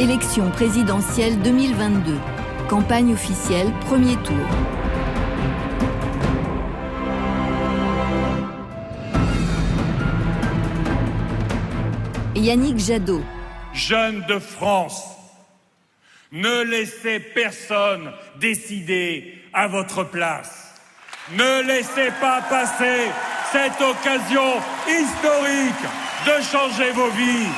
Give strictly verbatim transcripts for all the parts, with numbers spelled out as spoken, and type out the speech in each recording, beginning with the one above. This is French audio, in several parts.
Élection présidentielle deux mille vingt-deux. Campagne officielle, premier tour. Yannick Jadot. Jeunes de France, ne laissez personne décider à votre place. Ne laissez pas passer cette occasion historique de changer vos vies.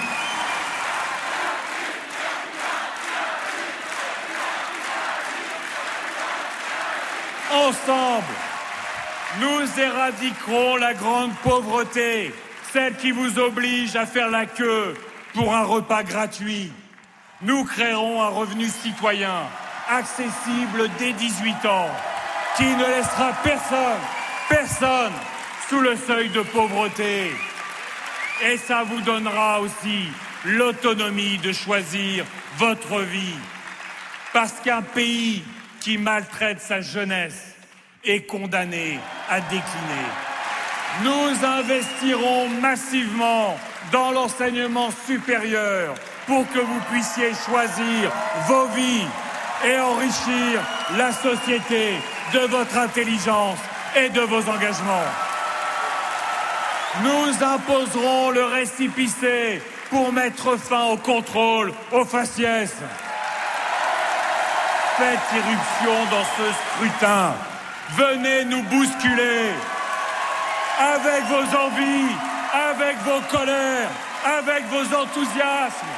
Ensemble, nous éradiquerons la grande pauvreté, celle qui vous oblige à faire la queue pour un repas gratuit. Nous créerons un revenu citoyen, accessible dès dix-huit ans, qui ne laissera personne, personne sous le seuil de pauvreté. Et ça vous donnera aussi l'autonomie de choisir votre vie. Parce qu'un pays qui maltraite sa jeunesse est condamné à décliner. Nous investirons massivement dans l'enseignement supérieur pour que vous puissiez choisir vos vies et enrichir la société de votre intelligence et de vos engagements. Nous imposerons le récépissé pour mettre fin au contrôle, au faciès. Faites irruption dans ce scrutin. Venez nous bousculer avec vos envies, avec vos colères, avec vos enthousiasmes.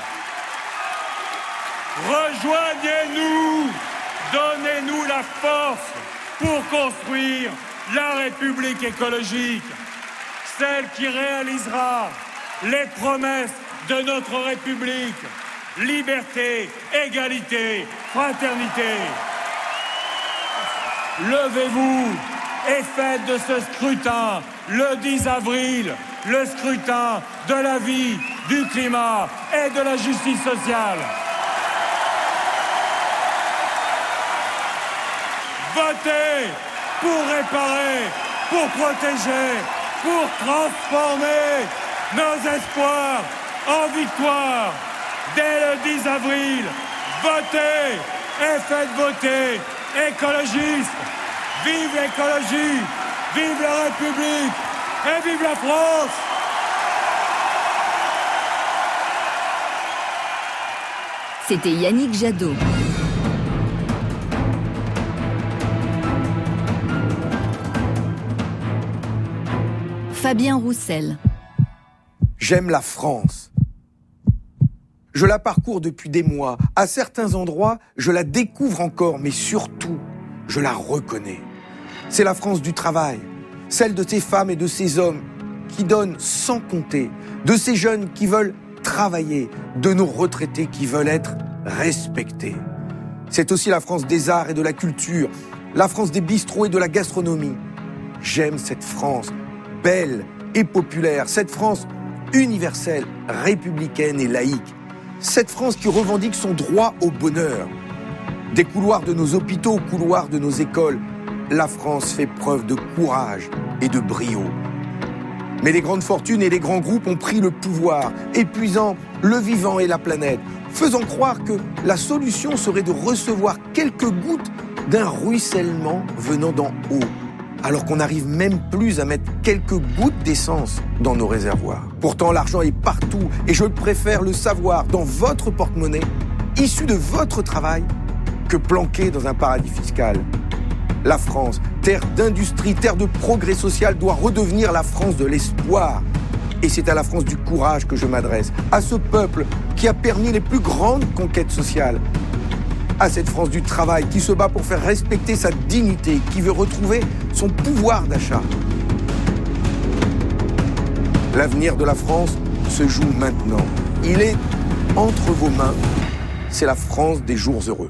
Rejoignez-nous, donnez-nous la force pour construire la République écologique, celle qui réalisera les promesses de notre République. Liberté, égalité, fraternité. Levez-vous et faites de ce scrutin, le dix avril, le scrutin de la vie, du climat et de la justice sociale. Votez pour réparer, pour protéger, pour transformer nos espoirs en victoire. Dès le dix avril, votez et faites voter écologistes. Vive l'écologie, vive la République et vive la France. C'était Yannick Jadot. Fabien Roussel. J'aime la France. Je la parcours depuis des mois. À certains endroits, je la découvre encore, mais surtout, je la reconnais. C'est la France du travail, celle de ces femmes et de ces hommes qui donnent sans compter, de ces jeunes qui veulent travailler, de nos retraités qui veulent être respectés. C'est aussi la France des arts et de la culture, la France des bistrots et de la gastronomie. J'aime cette France belle et populaire, cette France universelle, républicaine et laïque, cette France qui revendique son droit au bonheur. Des couloirs de nos hôpitaux aux couloirs de nos écoles, la France fait preuve de courage et de brio. Mais les grandes fortunes et les grands groupes ont pris le pouvoir, épuisant le vivant et la planète, faisant croire que la solution serait de recevoir quelques gouttes d'un ruissellement venant d'en haut, alors qu'on n'arrive même plus à mettre quelques gouttes d'essence dans nos réservoirs. Pourtant, l'argent est partout et je préfère le savoir dans votre porte-monnaie, issu de votre travail, que planqué dans un paradis fiscal. La France, terre d'industrie, terre de progrès social, doit redevenir la France de l'espoir. Et c'est à la France du courage que je m'adresse, à ce peuple qui a permis les plus grandes conquêtes sociales, à cette France du travail qui se bat pour faire respecter sa dignité, qui veut retrouver son pouvoir d'achat. L'avenir de la France se joue maintenant. Il est entre vos mains. C'est la France des jours heureux.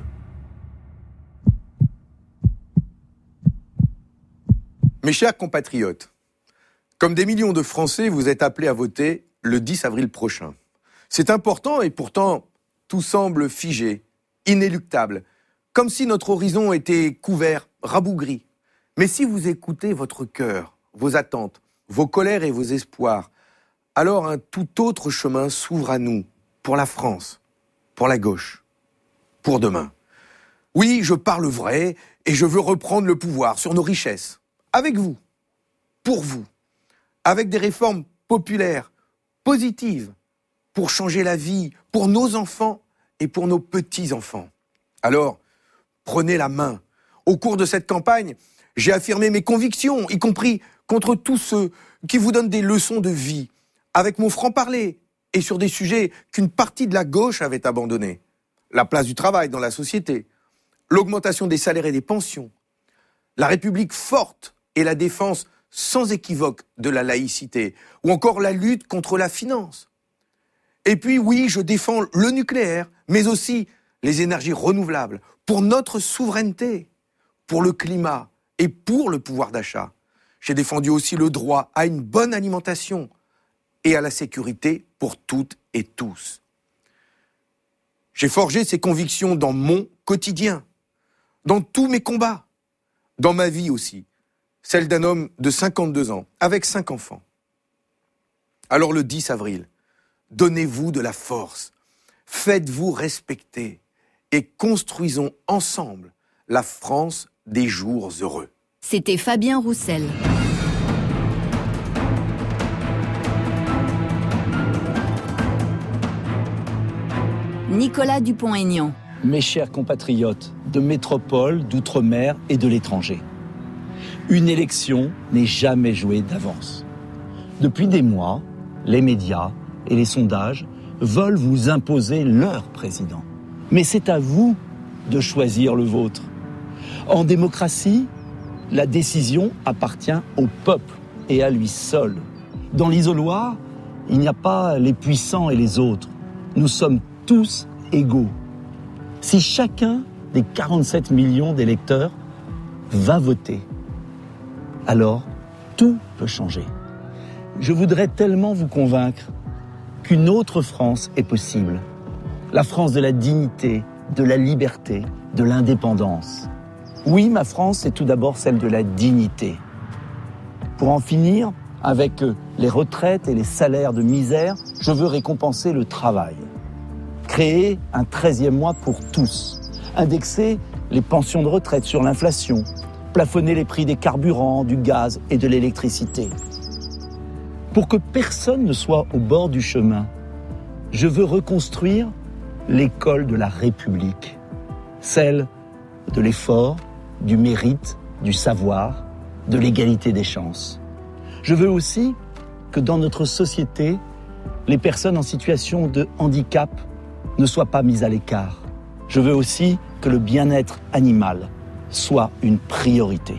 Mes chers compatriotes, comme des millions de Français, vous êtes appelés à voter le dix avril prochain. C'est important et pourtant, tout semble figé, inéluctable, comme si notre horizon était couvert, rabougri. Mais si vous écoutez votre cœur, vos attentes, vos colères et vos espoirs, alors un tout autre chemin s'ouvre à nous, pour la France. pour la gauche, pour demain. Oui, je parle vrai et je veux reprendre le pouvoir sur nos richesses. Avec vous, pour vous, avec des réformes populaires, positives, pour changer la vie, pour nos enfants et pour nos petits-enfants. Alors, prenez la main. Au cours de cette campagne, j'ai affirmé mes convictions, y compris contre tous ceux qui vous donnent des leçons de vie, avec mon franc-parler et sur des sujets qu'une partie de la gauche avait abandonnés. La place du travail dans la société, l'augmentation des salaires et des pensions, la République forte et la défense sans équivoque de la laïcité, ou encore la lutte contre la finance. Et puis oui, je défends le nucléaire, mais aussi les énergies renouvelables, pour notre souveraineté, pour le climat et pour le pouvoir d'achat. J'ai défendu aussi le droit à une bonne alimentation et à la sécurité pour toutes et tous. J'ai forgé ces convictions dans mon quotidien, dans tous mes combats, dans ma vie aussi, celle d'un homme de cinquante-deux ans, avec cinq enfants. Alors le dix avril, donnez-vous de la force, faites-vous respecter et construisons ensemble la France des jours heureux. C'était Fabien Roussel. Nicolas Dupont-Aignan. Mes chers compatriotes de métropole, d'outre-mer et de l'étranger, une élection n'est jamais jouée d'avance. Depuis des mois, les médias et les sondages veulent vous imposer leur président. Mais c'est à vous de choisir le vôtre. En démocratie, la décision appartient au peuple et à lui seul. Dans l'isoloir, il n'y a pas les puissants et les autres. Nous sommes tous égaux. Si chacun des quarante-sept millions d'électeurs va voter, alors tout peut changer. Je voudrais tellement vous convaincre qu'une autre France est possible. La France de la dignité, de la liberté, de l'indépendance. Oui, ma France, c'est tout d'abord celle de la dignité. Pour en finir avec les retraites et les salaires de misère, je veux récompenser le travail. Créer un treizième mois pour tous. Indexer les pensions de retraite sur l'inflation. Plafonner les prix des carburants, du gaz et de l'électricité. Pour que personne ne soit au bord du chemin, je veux reconstruire l'école de la République. Celle de l'effort, du mérite, du savoir, de l'égalité des chances. Je veux aussi que dans notre société, les personnes en situation de handicap ne soient pas mises à l'écart. Je veux aussi que le bien-être animal soit une priorité.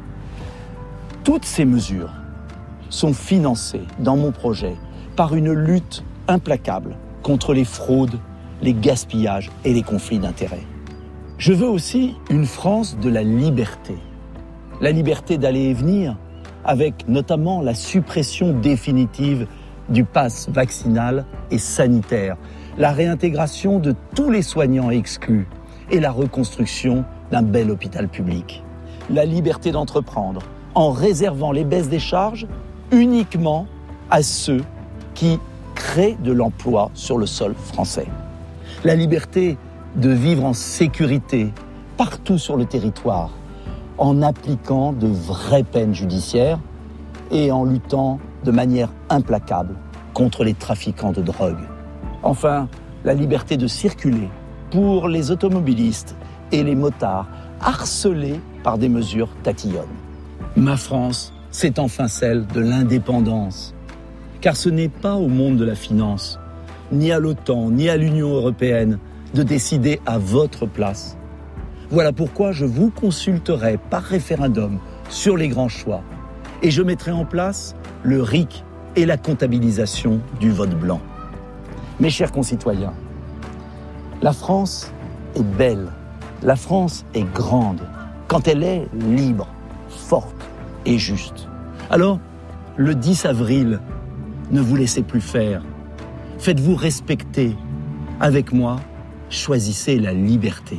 Toutes ces mesures sont financées dans mon projet par une lutte implacable contre les fraudes, les gaspillages et les conflits d'intérêts. Je veux aussi une France de la liberté. La liberté d'aller et venir, avec notamment la suppression définitive du pass vaccinal et sanitaire, la réintégration de tous les soignants exclus et la reconstruction d'un bel hôpital public. La liberté d'entreprendre en réservant les baisses des charges uniquement à ceux qui créent de l'emploi sur le sol français. La liberté de vivre en sécurité partout sur le territoire en appliquant de vraies peines judiciaires et en luttant de manière implacable contre les trafiquants de drogue. Enfin, la liberté de circuler pour les automobilistes et les motards harcelés par des mesures tatillonnes. Ma France, c'est enfin celle de l'indépendance. Car ce n'est pas au monde de la finance, ni à l'OTAN, ni à l'Union européenne, de décider à votre place. Voilà pourquoi je vous consulterai par référendum sur les grands choix. Et je mettrai en place le R I C et la comptabilisation du vote blanc. Mes chers concitoyens, la France est belle, la France est grande, quand elle est libre, forte et juste. Alors, le dix avril, ne vous laissez plus faire. Faites-vous respecter. Avec moi, choisissez la liberté.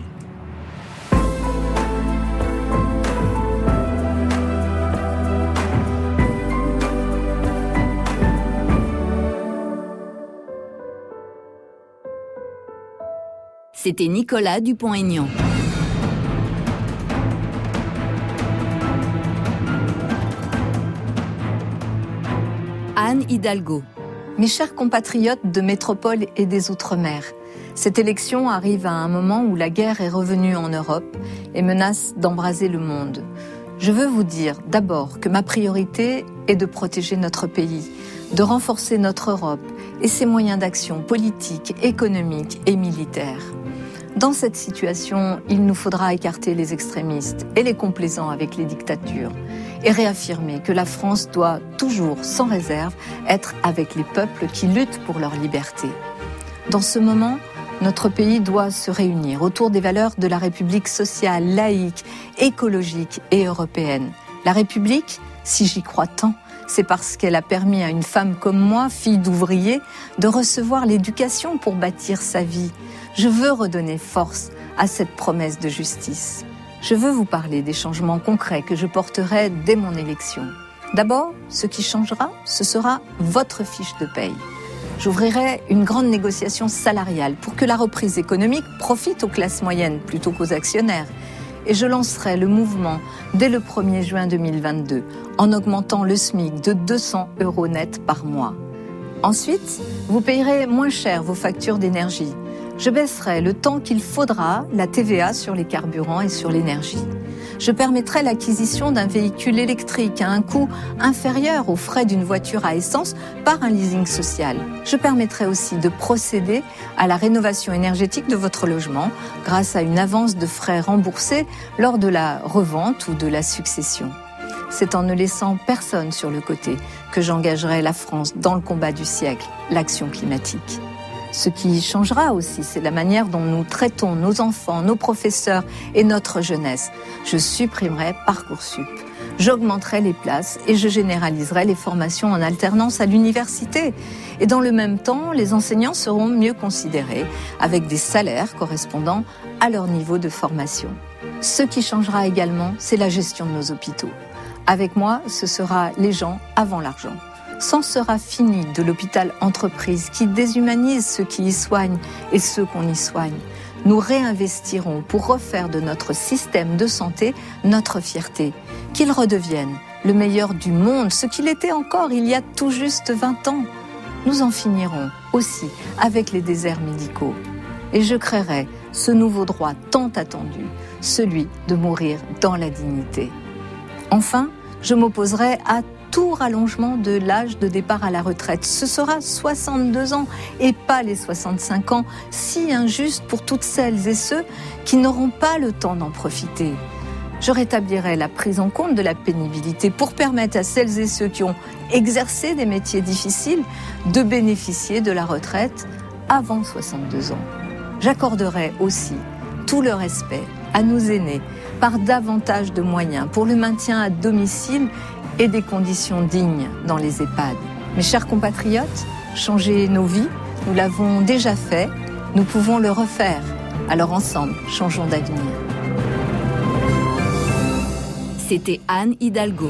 C'était Nicolas Dupont-Aignan. Anne Hidalgo. Mes chers compatriotes de métropole et des Outre-mer, cette élection arrive à un moment où la guerre est revenue en Europe et menace d'embraser le monde. Je veux vous dire d'abord que ma priorité est de protéger notre pays, de renforcer notre Europe et ses moyens d'action politiques, économiques et militaires. Dans cette situation, il nous faudra écarter les extrémistes et les complaisants avec les dictatures et réaffirmer que la France doit toujours, sans réserve, être avec les peuples qui luttent pour leur liberté. Dans ce moment, notre pays doit se réunir autour des valeurs de la République sociale, laïque, écologique et européenne. La République, si j'y crois tant, c'est parce qu'elle a permis à une femme comme moi, fille d'ouvrier, de recevoir l'éducation pour bâtir sa vie. Je veux redonner force à cette promesse de justice. Je veux vous parler des changements concrets que je porterai dès mon élection. D'abord, ce qui changera, ce sera votre fiche de paye. J'ouvrirai une grande négociation salariale pour que la reprise économique profite aux classes moyennes plutôt qu'aux actionnaires. Et je lancerai le mouvement dès le premier juin deux mille vingt-deux en augmentant le SMIC de deux cents euros net par mois. Ensuite, vous payerez moins cher vos factures d'énergie. Je baisserai le temps qu'il faudra la T V A sur les carburants et sur l'énergie. Je permettrai l'acquisition d'un véhicule électrique à un coût inférieur aux frais d'une voiture à essence par un leasing social. Je permettrai aussi de procéder à la rénovation énergétique de votre logement grâce à une avance de frais remboursés lors de la revente ou de la succession. C'est en ne laissant personne sur le côté que j'engagerai la France dans le combat du siècle, l'action climatique. Ce qui changera aussi, c'est la manière dont nous traitons nos enfants, nos professeurs et notre jeunesse. Je supprimerai Parcoursup, j'augmenterai les places et je généraliserai les formations en alternance à l'université. Et dans le même temps, les enseignants seront mieux considérés, avec des salaires correspondant à leur niveau de formation. Ce qui changera également, c'est la gestion de nos hôpitaux. Avec moi, ce sera les gens avant l'argent. C'en sera fini de l'hôpital entreprise qui déshumanise ceux qui y soignent et ceux qu'on y soigne. Nous réinvestirons pour refaire de notre système de santé notre fierté, qu'il redevienne le meilleur du monde, ce qu'il était encore il y a tout juste vingt ans. Nous en finirons aussi avec les déserts médicaux. Et je créerai ce nouveau droit tant attendu, celui de mourir dans la dignité. Enfin, je m'opposerai à tout rallongement de l'âge de départ à la retraite. Ce sera soixante-deux ans et pas les soixante-cinq ans, si injuste pour toutes celles et ceux qui n'auront pas le temps d'en profiter. Je rétablirai la prise en compte de la pénibilité pour permettre à celles et ceux qui ont exercé des métiers difficiles de bénéficier de la retraite avant soixante-deux ans. J'accorderai aussi tout le respect à nos aînés par davantage de moyens pour le maintien à domicile et des conditions dignes dans les EHPAD. Mes chers compatriotes, changer nos vies, nous l'avons déjà fait, nous pouvons le refaire. Alors ensemble, changeons d'avenir. C'était Anne Hidalgo.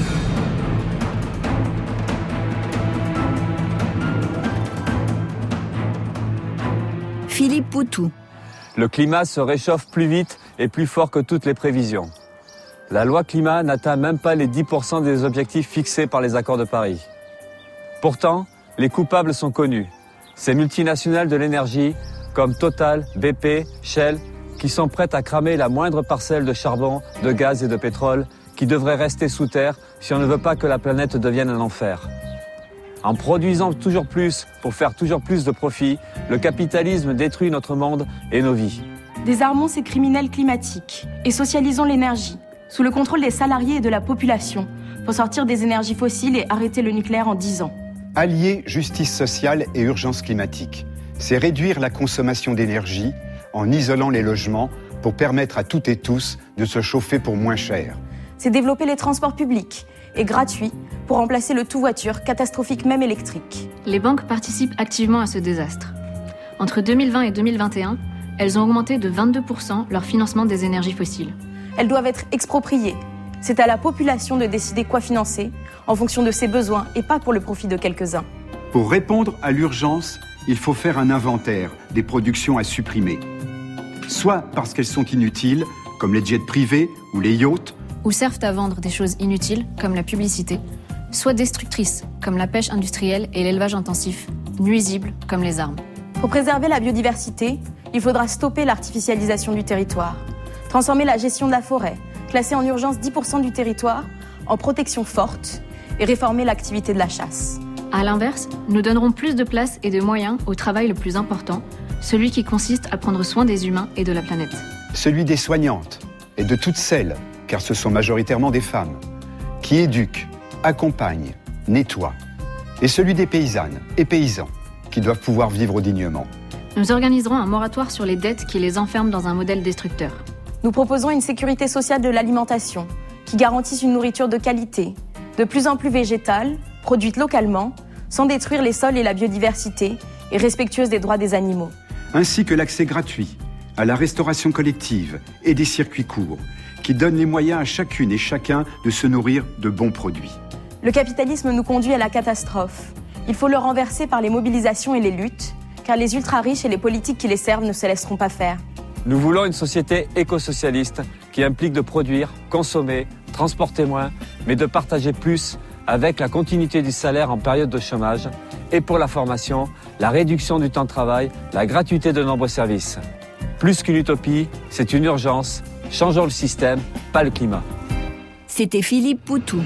Philippe Poutou. Le climat se réchauffe plus vite et plus fort que toutes les prévisions. La loi climat n'atteint même pas les dix pour cent des objectifs fixés par les accords de Paris. Pourtant, les coupables sont connus. Ces multinationales de l'énergie, comme Total, B P, Shell, qui sont prêtes à cramer la moindre parcelle de charbon, de gaz et de pétrole, qui devrait rester sous terre si on ne veut pas que la planète devienne un enfer. En produisant toujours plus pour faire toujours plus de profit, le capitalisme détruit notre monde et nos vies. Désarmons ces criminels climatiques et socialisons l'énergie, sous le contrôle des salariés et de la population, pour sortir des énergies fossiles et arrêter le nucléaire en dix ans. Allier justice sociale et urgence climatique, c'est réduire la consommation d'énergie en isolant les logements pour permettre à toutes et tous de se chauffer pour moins cher. C'est développer les transports publics et gratuits pour remplacer le tout-voiture, catastrophique même électrique. Les banques participent activement à ce désastre. Entre deux mille vingt et deux mille vingt et un, elles ont augmenté de vingt-deux pour cent leur financement des énergies fossiles. Elles doivent être expropriées. C'est à la population de décider quoi financer, en fonction de ses besoins et pas pour le profit de quelques-uns. Pour répondre à l'urgence, il faut faire un inventaire des productions à supprimer. soit parce qu'elles sont inutiles, comme les jets privés ou les yachts, ou servent à vendre des choses inutiles, comme la publicité, soit destructrices, comme la pêche industrielle et l'élevage intensif, nuisibles, comme les armes. Pour préserver la biodiversité, il faudra stopper l'artificialisation du territoire, transformer la gestion de la forêt, classer en urgence dix pour cent du territoire en protection forte et réformer l'activité de la chasse. À l'inverse, nous donnerons plus de place et de moyens au travail le plus important, celui qui consiste à prendre soin des humains et de la planète. celui des soignantes et de toutes celles, car ce sont majoritairement des femmes, qui éduquent, accompagnent, nettoient, et celui des paysannes et paysans, qui doivent pouvoir vivre dignement. Nous organiserons un moratoire sur les dettes qui les enferment dans un modèle destructeur. Nous proposons une sécurité sociale de l'alimentation qui garantisse une nourriture de qualité, de plus en plus végétale, produite localement, sans détruire les sols et la biodiversité et respectueuse des droits des animaux. Ainsi que l'accès gratuit à la restauration collective et des circuits courts qui donnent les moyens à chacune et chacun de se nourrir de bons produits. Le capitalisme nous conduit à la catastrophe. Il faut le renverser par les mobilisations et les luttes, car les ultra-riches et les politiques qui les servent ne se laisseront pas faire. Nous voulons une société éco-socialiste qui implique de produire, consommer, transporter moins, mais de partager plus avec la continuité du salaire en période de chômage et pour la formation, la réduction du temps de travail, la gratuité de nombreux services. Plus qu'une utopie, c'est une urgence. Changeons le système, pas le climat. C'était Philippe Poutou.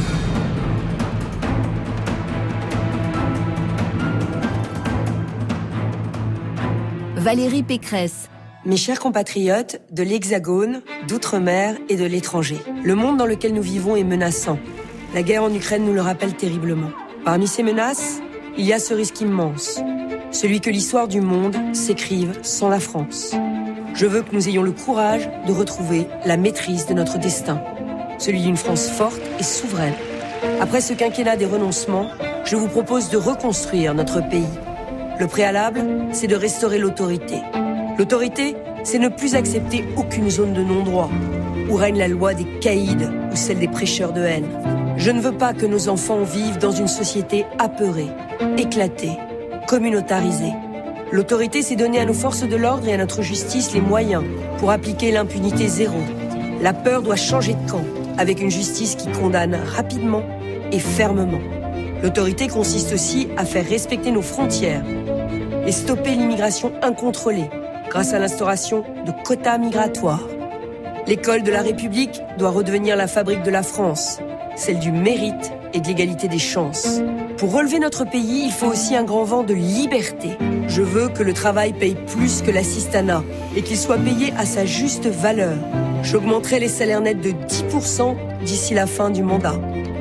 Valérie Pécresse. Mes chers compatriotes de l'Hexagone, d'outre-mer et de l'étranger, le monde dans lequel nous vivons est menaçant. La guerre en Ukraine nous le rappelle terriblement. Parmi ces menaces, il y a ce risque immense, celui que l'histoire du monde s'écrive sans la France. Je veux que nous ayons le courage de retrouver la maîtrise de notre destin, celui d'une France forte et souveraine. Après ce quinquennat des renoncements, je vous propose de reconstruire notre pays. Le préalable, c'est de restaurer l'autorité. L'autorité, c'est ne plus accepter aucune zone de non-droit, où règne la loi des caïds ou celle des prêcheurs de haine. Je ne veux pas que nos enfants vivent dans une société apeurée, éclatée, communautarisée. L'autorité, c'est donner à nos forces de l'ordre et à notre justice les moyens pour appliquer l'impunité zéro. La peur doit changer de camp, avec une justice qui condamne rapidement et fermement. L'autorité consiste aussi à faire respecter nos frontières et stopper l'immigration incontrôlée grâce à l'instauration de quotas migratoires. L'école de la République doit redevenir la fabrique de la France, celle du mérite et de l'égalité des chances. Pour relever notre pays, il faut aussi un grand vent de liberté. Je veux que le travail paye plus que l'assistanat et qu'il soit payé à sa juste valeur. J'augmenterai les salaires nets de dix pour cent d'ici la fin du mandat.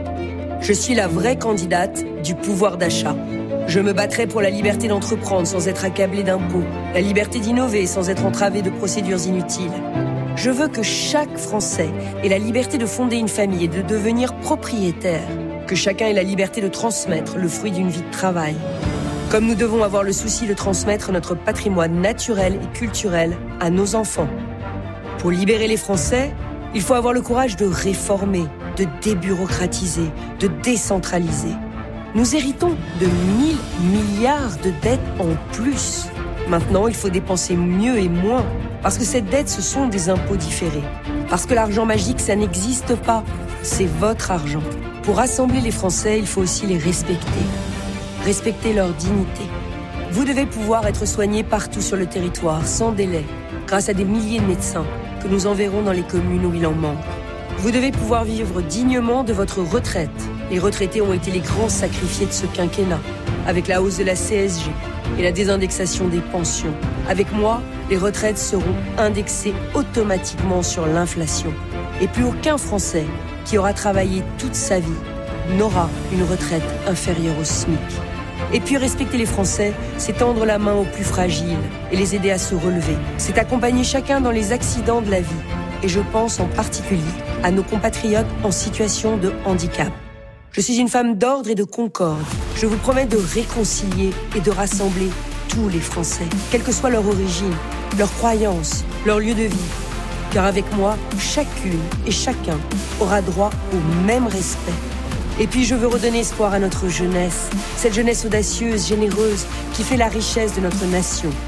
Je suis la vraie candidate du pouvoir d'achat. Je me battrai pour la liberté d'entreprendre sans être accablé d'impôts, la liberté d'innover sans être entravé de procédures inutiles. Je veux que chaque Français ait la liberté de fonder une famille et de devenir propriétaire, que chacun ait la liberté de transmettre le fruit d'une vie de travail. Comme nous devons avoir le souci de transmettre notre patrimoine naturel et culturel à nos enfants. Pour libérer les Français, il faut avoir le courage de réformer, de débureaucratiser, de décentraliser. Nous héritons de mille milliards de dettes en plus. Maintenant, il faut dépenser mieux et moins, parce que cette dette, ce sont des impôts différés. Parce que l'argent magique, ça n'existe pas. C'est votre argent. Pour rassembler les Français, il faut aussi les respecter. Respecter leur dignité. Vous devez pouvoir être soigné partout sur le territoire, sans délai, grâce à des milliers de médecins que nous enverrons dans les communes où il en manque. Vous devez pouvoir vivre dignement de votre retraite. Les retraités ont été les grands sacrifiés de ce quinquennat, avec la hausse de la C S G et la désindexation des pensions. Avec moi, les retraites seront indexées automatiquement sur l'inflation. Et plus aucun Français qui aura travaillé toute sa vie n'aura une retraite inférieure au SMIC. Et puis respecter les Français, c'est tendre la main aux plus fragiles et les aider à se relever. C'est accompagner chacun dans les accidents de la vie. Et je pense en particulier à nos compatriotes en situation de handicap. Je suis une femme d'ordre et de concorde. Je vous promets de réconcilier et de rassembler tous les Français, quelle que soit leur origine, leur croyance, leur lieu de vie. Car avec moi, chacune et chacun aura droit au même respect. Et puis je veux redonner espoir à notre jeunesse, cette jeunesse audacieuse, généreuse, qui fait la richesse de notre nation.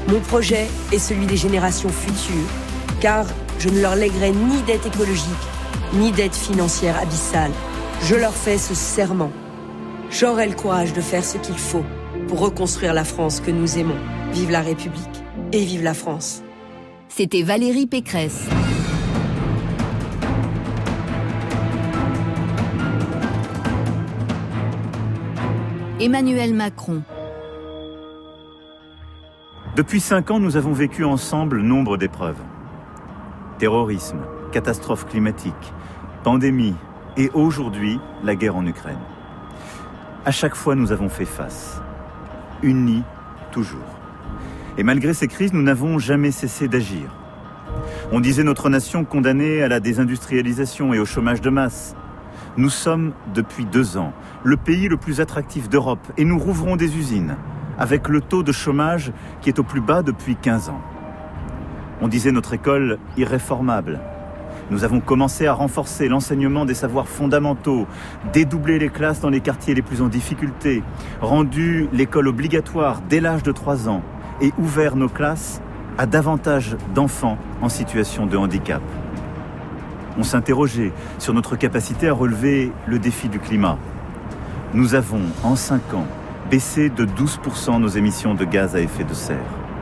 Mon projet est celui des générations futures, car je ne leur lèguerai ni dette écologique, ni dette financière abyssale. Je leur fais ce serment. J'aurai le courage de faire ce qu'il faut pour reconstruire la France que nous aimons. Vive la République et vive la France. C'était Valérie Pécresse. Emmanuel Macron. Depuis cinq ans, nous avons vécu ensemble nombre d'épreuves. Terrorisme, catastrophe climatique, pandémie et aujourd'hui, la guerre en Ukraine. À chaque fois, nous avons fait face. Unis, toujours. Et malgré ces crises, nous n'avons jamais cessé d'agir. On disait notre nation condamnée à la désindustrialisation et au chômage de masse. Nous sommes, depuis deux ans, le pays le plus attractif d'Europe et nous rouvrons des usines, avec le taux de chômage qui est au plus bas depuis quinze ans. On disait notre école irréformable. Nous avons commencé à renforcer l'enseignement des savoirs fondamentaux, dédoubler les classes dans les quartiers les plus en difficulté, rendu l'école obligatoire dès l'âge de trois ans et ouvert nos classes à davantage d'enfants en situation de handicap. On s'interrogeait sur notre capacité à relever le défi du climat. Nous avons, en cinq ans, baissé de douze pour cent nos émissions de gaz à effet de serre.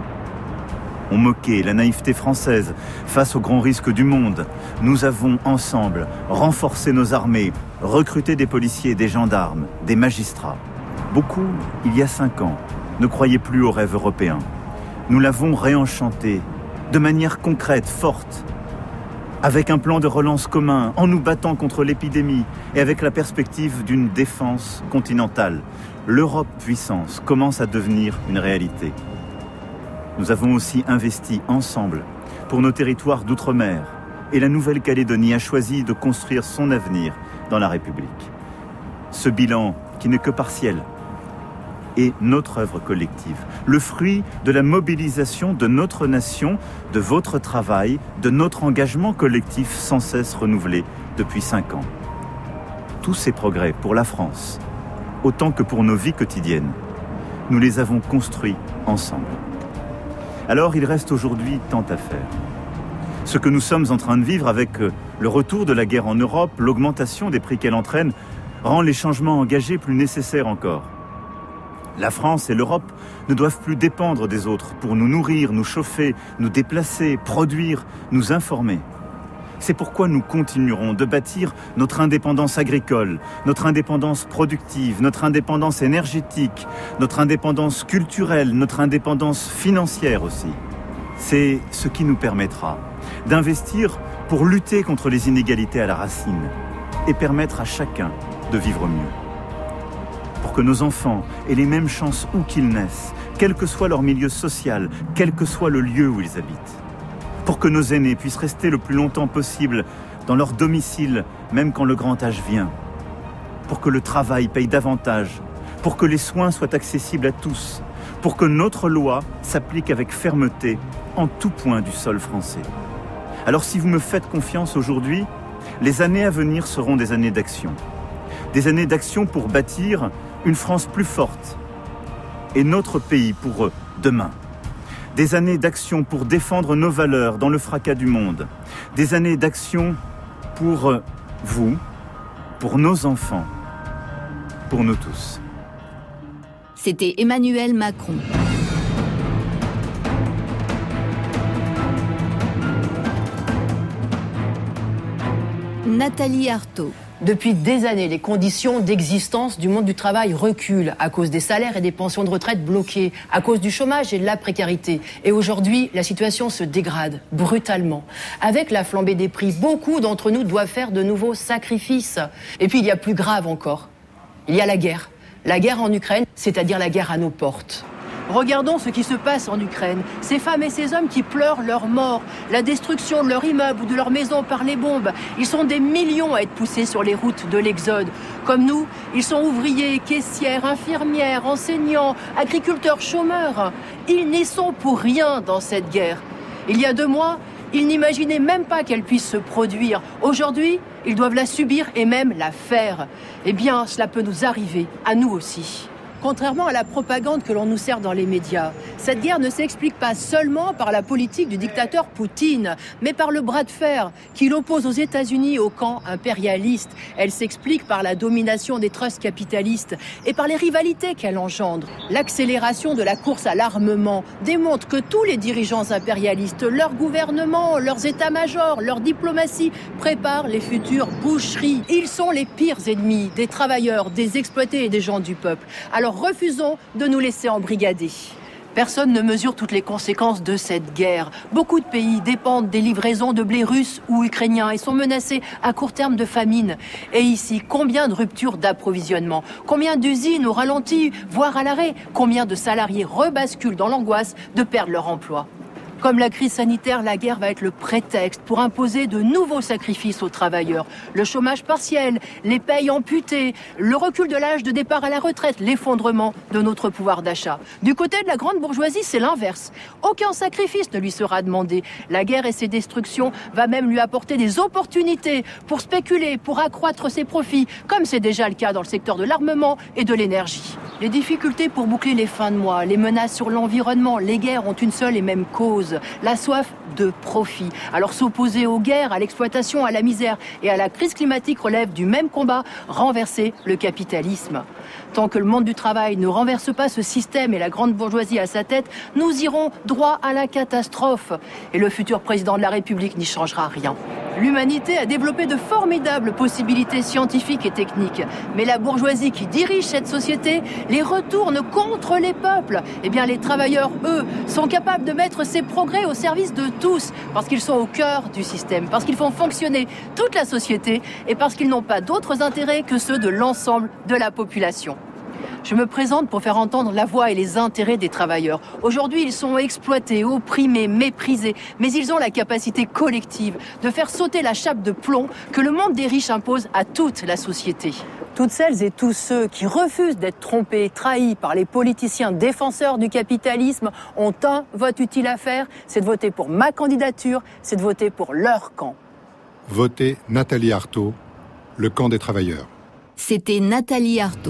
On moquait la naïveté française face aux grands risques du monde. Nous avons ensemble renforcé nos armées, recruté des policiers et des gendarmes, des magistrats. Beaucoup, il y a cinq ans, ne croyaient plus au rêve européen. Nous l'avons réenchanté de manière concrète, forte, avec un plan de relance commun, en nous battant contre l'épidémie et avec la perspective d'une défense continentale. L'Europe puissance commence à devenir une réalité. Nous avons aussi investi ensemble pour nos territoires d'outre-mer et la Nouvelle-Calédonie a choisi de construire son avenir dans la République. Ce bilan, qui n'est que partiel, est notre œuvre collective, le fruit de la mobilisation de notre nation, de votre travail, de notre engagement collectif sans cesse renouvelé depuis cinq ans. Tous ces progrès pour la France, autant que pour nos vies quotidiennes, nous les avons construits ensemble. Alors il reste aujourd'hui tant à faire. Ce que nous sommes en train de vivre avec le retour de la guerre en Europe, l'augmentation des prix qu'elle entraîne, rend les changements engagés plus nécessaires encore. La France et l'Europe ne doivent plus dépendre des autres pour nous nourrir, nous chauffer, nous déplacer, produire, nous informer. C'est pourquoi nous continuerons de bâtir notre indépendance agricole, notre indépendance productive, notre indépendance énergétique, notre indépendance culturelle, notre indépendance financière aussi. C'est ce qui nous permettra d'investir pour lutter contre les inégalités à la racine et permettre à chacun de vivre mieux. Pour que nos enfants aient les mêmes chances où qu'ils naissent, quel que soit leur milieu social, quel que soit le lieu où ils habitent. Pour que nos aînés puissent rester le plus longtemps possible dans leur domicile, même quand le grand âge vient. Pour que le travail paye davantage, pour que les soins soient accessibles à tous, pour que notre loi s'applique avec fermeté en tout point du sol français. Alors si vous me faites confiance aujourd'hui, les années à venir seront des années d'action. Des années d'action pour bâtir une France plus forte et notre pays pour demain. Des années d'action pour défendre nos valeurs dans le fracas du monde. Des années d'action pour vous, pour nos enfants, pour nous tous. C'était Emmanuel Macron. Nathalie Arthaud. Depuis des années, les conditions d'existence du monde du travail reculent à cause des salaires et des pensions de retraite bloquées, à cause du chômage et de la précarité. Et aujourd'hui, la situation se dégrade brutalement. Avec la flambée des prix, beaucoup d'entre nous doivent faire de nouveaux sacrifices. Et puis il y a plus grave encore. Il y a la guerre. La guerre en Ukraine, c'est-à-dire la guerre à nos portes. Regardons ce qui se passe en Ukraine. Ces femmes et ces hommes qui pleurent leur mort, la destruction de leur immeuble ou de leur maison par les bombes. Ils sont des millions à être poussés sur les routes de l'exode. Comme nous, ils sont ouvriers, caissières, infirmières, enseignants, agriculteurs, chômeurs. Ils n'y sont pour rien dans cette guerre. Il y a deux mois, ils n'imaginaient même pas qu'elle puisse se produire. Aujourd'hui, ils doivent la subir et même la faire. Eh bien, cela peut nous arriver, à nous aussi. Contrairement à la propagande que l'on nous sert dans les médias, cette guerre ne s'explique pas seulement par la politique du dictateur Poutine, mais par le bras de fer qu'il oppose aux États-Unis au camp impérialiste. Elle s'explique par la domination des trusts capitalistes et par les rivalités qu'elle engendre. L'accélération de la course à l'armement démontre que tous les dirigeants impérialistes, leurs gouvernements, leurs états-majors, leur diplomatie préparent les futures boucheries. Ils sont les pires ennemis des travailleurs, des exploités et des gens du peuple. Alors refusons de nous laisser embrigader. Personne ne mesure toutes les conséquences de cette guerre. Beaucoup de pays dépendent des livraisons de blé russe ou ukrainien et sont menacés à court terme de famine. Et ici, combien de ruptures d'approvisionnement? Combien d'usines au ralenti, voire à l'arrêt? Combien de salariés rebasculent dans l'angoisse de perdre leur emploi? Comme la crise sanitaire, la guerre va être le prétexte pour imposer de nouveaux sacrifices aux travailleurs. Le chômage partiel, les payes amputées, le recul de l'âge de départ à la retraite, l'effondrement de notre pouvoir d'achat. Du côté de la grande bourgeoisie, c'est l'inverse. Aucun sacrifice ne lui sera demandé. La guerre et ses destructions va même lui apporter des opportunités pour spéculer, pour accroître ses profits, comme c'est déjà le cas dans le secteur de l'armement et de l'énergie. Les difficultés pour boucler les fins de mois, les menaces sur l'environnement, les guerres ont une seule et même cause. La soif de profit. Alors s'opposer aux guerres, à l'exploitation, à la misère et à la crise climatique relève du même combat, renverser le capitalisme. Tant que le monde du travail ne renverse pas ce système et la grande bourgeoisie à sa tête, nous irons droit à la catastrophe. Et le futur président de la République n'y changera rien. L'humanité a développé de formidables possibilités scientifiques et techniques. Mais la bourgeoisie qui dirige cette société les retourne contre les peuples. Eh bien, les travailleurs, eux, sont capables de mettre ces progrès au service de tous, parce qu'ils sont au cœur du système, parce qu'ils font fonctionner toute la société et parce qu'ils n'ont pas d'autres intérêts que ceux de l'ensemble de la population. Je me présente pour faire entendre la voix et les intérêts des travailleurs. Aujourd'hui, ils sont exploités, opprimés, méprisés, mais ils ont la capacité collective de faire sauter la chape de plomb que le monde des riches impose à toute la société. Toutes celles et tous ceux qui refusent d'être trompés, trahis par les politiciens défenseurs du capitalisme ont un vote utile à faire, c'est de voter pour ma candidature, c'est de voter pour leur camp. Votez Nathalie Arthaud, le camp des travailleurs. C'était Nathalie Arthaud.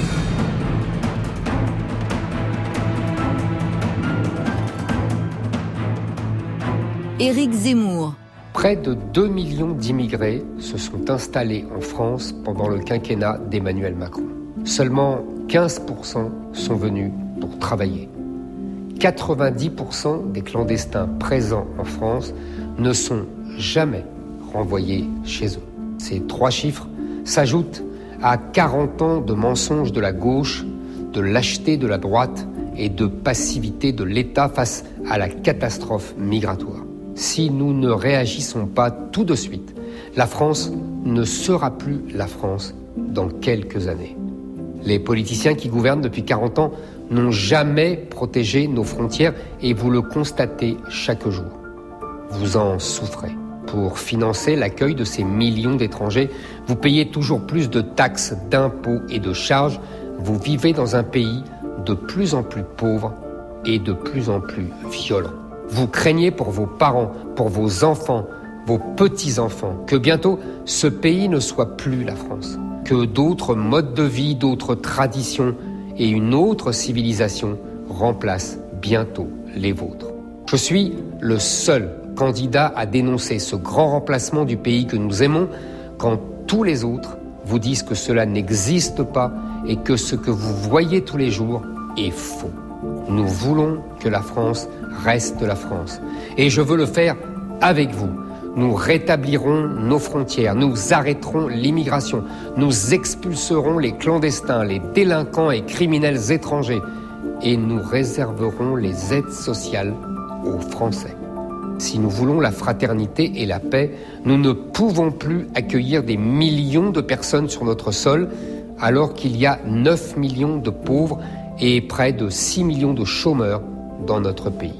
Éric Zemmour. Près de deux millions d'immigrés se sont installés en France pendant le quinquennat d'Emmanuel Macron. Seulement quinze pour cent sont venus pour travailler. quatre-vingt-dix pour cent des clandestins présents en France ne sont jamais renvoyés chez eux. Ces trois chiffres s'ajoutent à quarante ans de mensonges de la gauche, de lâcheté de la droite et de passivité de l'État face à la catastrophe migratoire. Si nous ne réagissons pas tout de suite, la France ne sera plus la France dans quelques années. Les politiciens qui gouvernent depuis quarante ans n'ont jamais protégé nos frontières et vous le constatez chaque jour. Vous en souffrez. Pour financer l'accueil de ces millions d'étrangers, vous payez toujours plus de taxes, d'impôts et de charges. Vous vivez dans un pays de plus en plus pauvre et de plus en plus violent. Vous craignez pour vos parents, pour vos enfants, vos petits-enfants, que bientôt ce pays ne soit plus la France, que d'autres modes de vie, d'autres traditions et une autre civilisation remplacent bientôt les vôtres. Je suis le seul candidat à dénoncer ce grand remplacement du pays que nous aimons quand tous les autres vous disent que cela n'existe pas et que ce que vous voyez tous les jours est faux. Nous voulons que la France reste la France. Et je veux le faire avec vous. Nous rétablirons nos frontières, nous arrêterons l'immigration, nous expulserons les clandestins, les délinquants et criminels étrangers et nous réserverons les aides sociales aux Français. Si nous voulons la fraternité et la paix, nous ne pouvons plus accueillir des millions de personnes sur notre sol alors qu'il y a neuf millions de pauvres et près de six millions de chômeurs dans notre pays.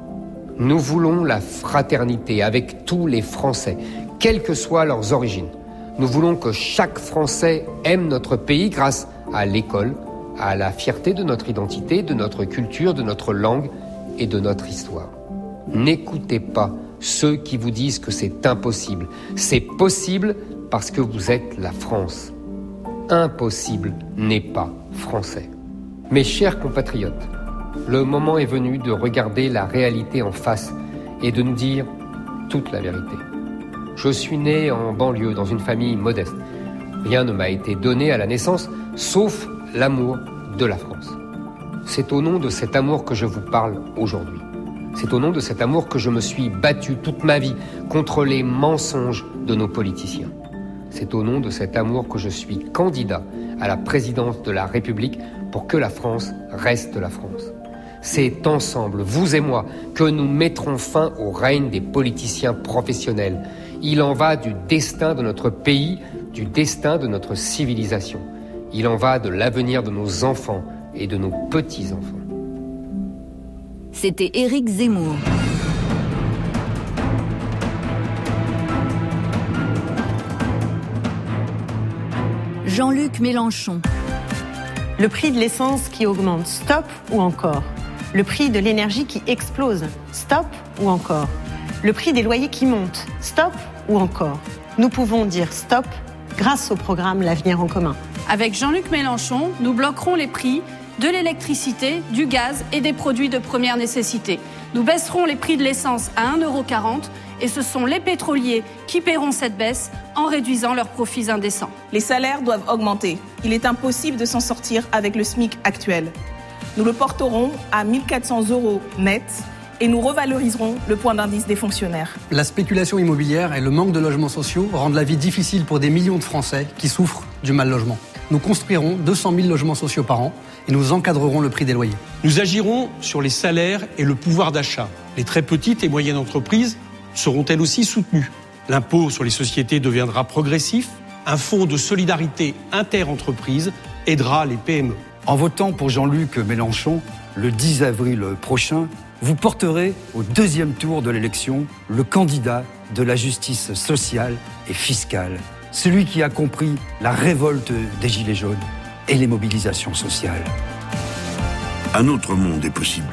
Nous voulons la fraternité avec tous les Français, quelles que soient leurs origines. Nous voulons que chaque Français aime notre pays grâce à l'école, à la fierté de notre identité, de notre culture, de notre langue et de notre histoire. N'écoutez pas ceux qui vous disent que c'est impossible. C'est possible parce que vous êtes la France. Impossible n'est pas français. Mes chers compatriotes, le moment est venu de regarder la réalité en face et de nous dire toute la vérité. Je suis né en banlieue, dans une famille modeste. Rien ne m'a été donné à la naissance, sauf l'amour de la France. C'est au nom de cet amour que je vous parle aujourd'hui. C'est au nom de cet amour que je me suis battu toute ma vie contre les mensonges de nos politiciens. C'est au nom de cet amour que je suis candidat à la présidence de la République pour que la France reste la France. C'est ensemble, vous et moi, que nous mettrons fin au règne des politiciens professionnels. Il en va du destin de notre pays, du destin de notre civilisation. Il en va de l'avenir de nos enfants et de nos petits-enfants. C'était Éric Zemmour. Jean-Luc Mélenchon. Le prix de l'essence qui augmente, stop ou encore? Le prix de l'énergie qui explose, stop ou encore? Le prix des loyers qui monte, stop ou encore? Nous pouvons dire stop grâce au programme L'Avenir en commun. Avec Jean-Luc Mélenchon, nous bloquerons les prix de l'électricité, du gaz et des produits de première nécessité. Nous baisserons les prix de l'essence à un euro quarante et ce sont les pétroliers qui paieront cette baisse en réduisant leurs profits indécents. Les salaires doivent augmenter. Il est impossible de s'en sortir avec le SMIC actuel. Nous le porterons à mille quatre cents euros net et nous revaloriserons le point d'indice des fonctionnaires. La spéculation immobilière et le manque de logements sociaux rendent la vie difficile pour des millions de Français qui souffrent du mal logement. Nous construirons deux cent mille logements sociaux par an et nous encadrerons le prix des loyers. Nous agirons sur les salaires et le pouvoir d'achat. Les très petites et moyennes entreprises seront elles aussi soutenues. L'impôt sur les sociétés deviendra progressif. Un fonds de solidarité inter-entreprises aidera les P M E. En votant pour Jean-Luc Mélenchon, le dix avril prochain, vous porterez au deuxième tour de l'élection le candidat de la justice sociale et fiscale. Celui qui a compris la révolte des Gilets jaunes et les mobilisations sociales. Un autre monde est possible.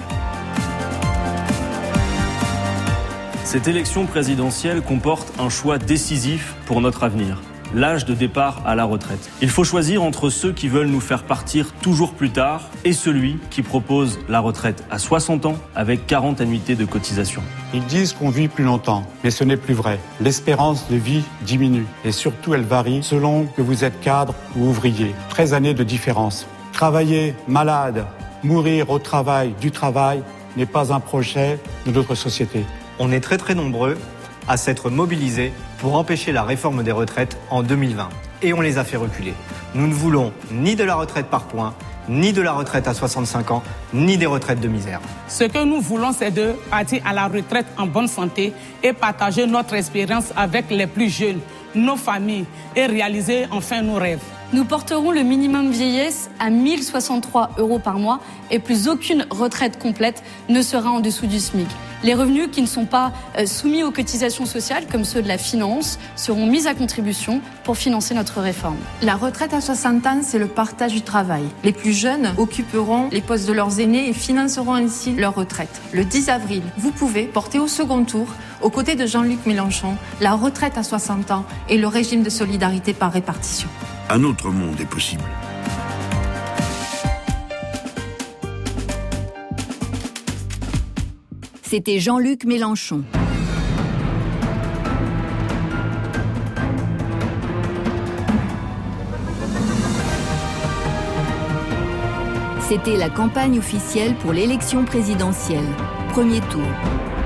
Cette élection présidentielle comporte un choix décisif pour notre avenir. L'âge de départ à la retraite. Il faut choisir entre ceux qui veulent nous faire partir toujours plus tard et celui qui propose la retraite à soixante ans avec quarante annuités de cotisation. Ils disent qu'on vit plus longtemps, mais ce n'est plus vrai. L'espérance de vie diminue et surtout elle varie selon que vous êtes cadre ou ouvrier. treize années de différence. Travailler malade, mourir au travail, du travail n'est pas un projet de notre société. On est très très nombreux à s'être mobilisés pour empêcher la réforme des retraites en deux mille vingt. Et on les a fait reculer. Nous ne voulons ni de la retraite par points, ni de la retraite à soixante-cinq ans, ni des retraites de misère. Ce que nous voulons, c'est de partir à la retraite en bonne santé et partager notre expérience avec les plus jeunes, nos familles, et réaliser enfin nos rêves. Nous porterons le minimum vieillesse à mille soixante-trois euros par mois et plus aucune retraite complète ne sera en dessous du SMIC. Les revenus qui ne sont pas soumis aux cotisations sociales, comme ceux de la finance, seront mis à contribution pour financer notre réforme. La retraite à soixante ans, c'est le partage du travail. Les plus jeunes occuperont les postes de leurs aînés et financeront ainsi leur retraite. Le dix avril, vous pouvez porter au second tour, aux côtés de Jean-Luc Mélenchon, la retraite à soixante ans et le régime de solidarité par répartition. Un autre monde est possible. C'était Jean-Luc Mélenchon. C'était la campagne officielle pour l'élection présidentielle. Premier tour.